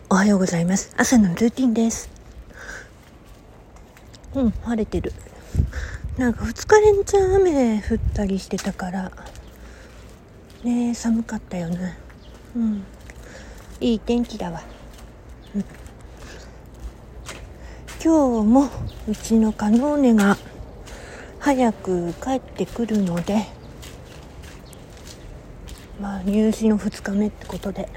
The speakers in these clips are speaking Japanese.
おはようございます。朝のルーティンです。晴れてる。なんか2日連チャン雨降ったりしてたからね、寒かったよね。いい天気だわ。今日もうちのカノーネが早く帰ってくるので、入試の2日目ってことで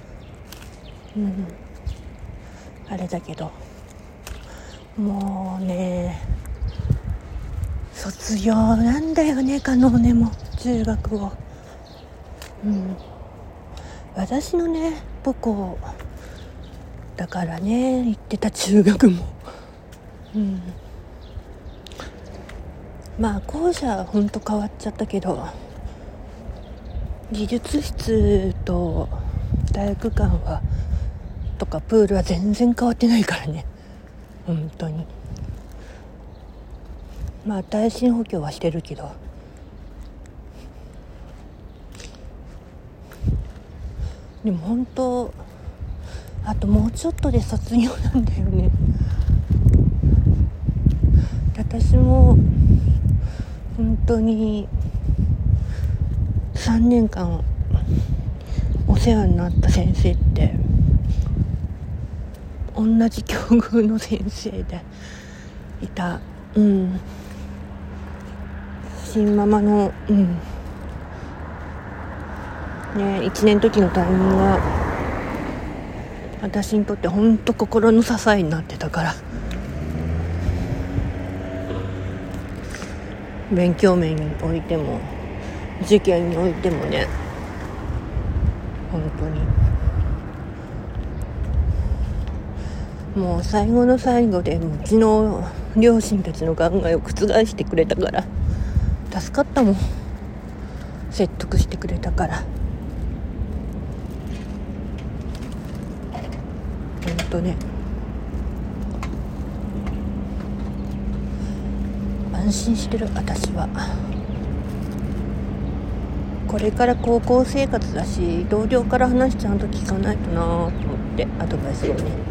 あれだけど、もうね卒業なんだよね。カノーネも中学を、私のね母校だからね、行ってた中学も校舎はほんと変わっちゃったけど、技術室と体育館はとかプールは全然変わってないからね。本当に耐震補強はしてるけど、でも本当あともうちょっとで卒業なんだよね。私も本当に3年間お世話になった先生って同じ境遇の先生でいた。新ママの1年の時のタイミングは私にとって本当心の支えになってたから、勉強面においても受験においてもね、本当にもう最後の最後でうちの両親たちの考えを覆してくれたから助かったもん。説得してくれたから本当ね、安心してる。私はこれから高校生活だし、同僚から話ちゃんと聞かないとなと思ってアドバイスをね、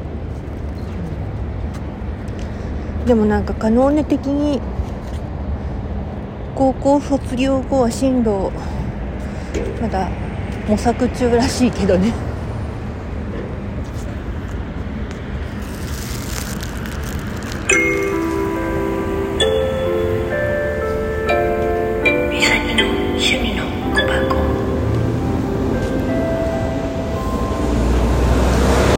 でもなんかカノーネ的に高校卒業後は進路まだ模索中らしいけどね。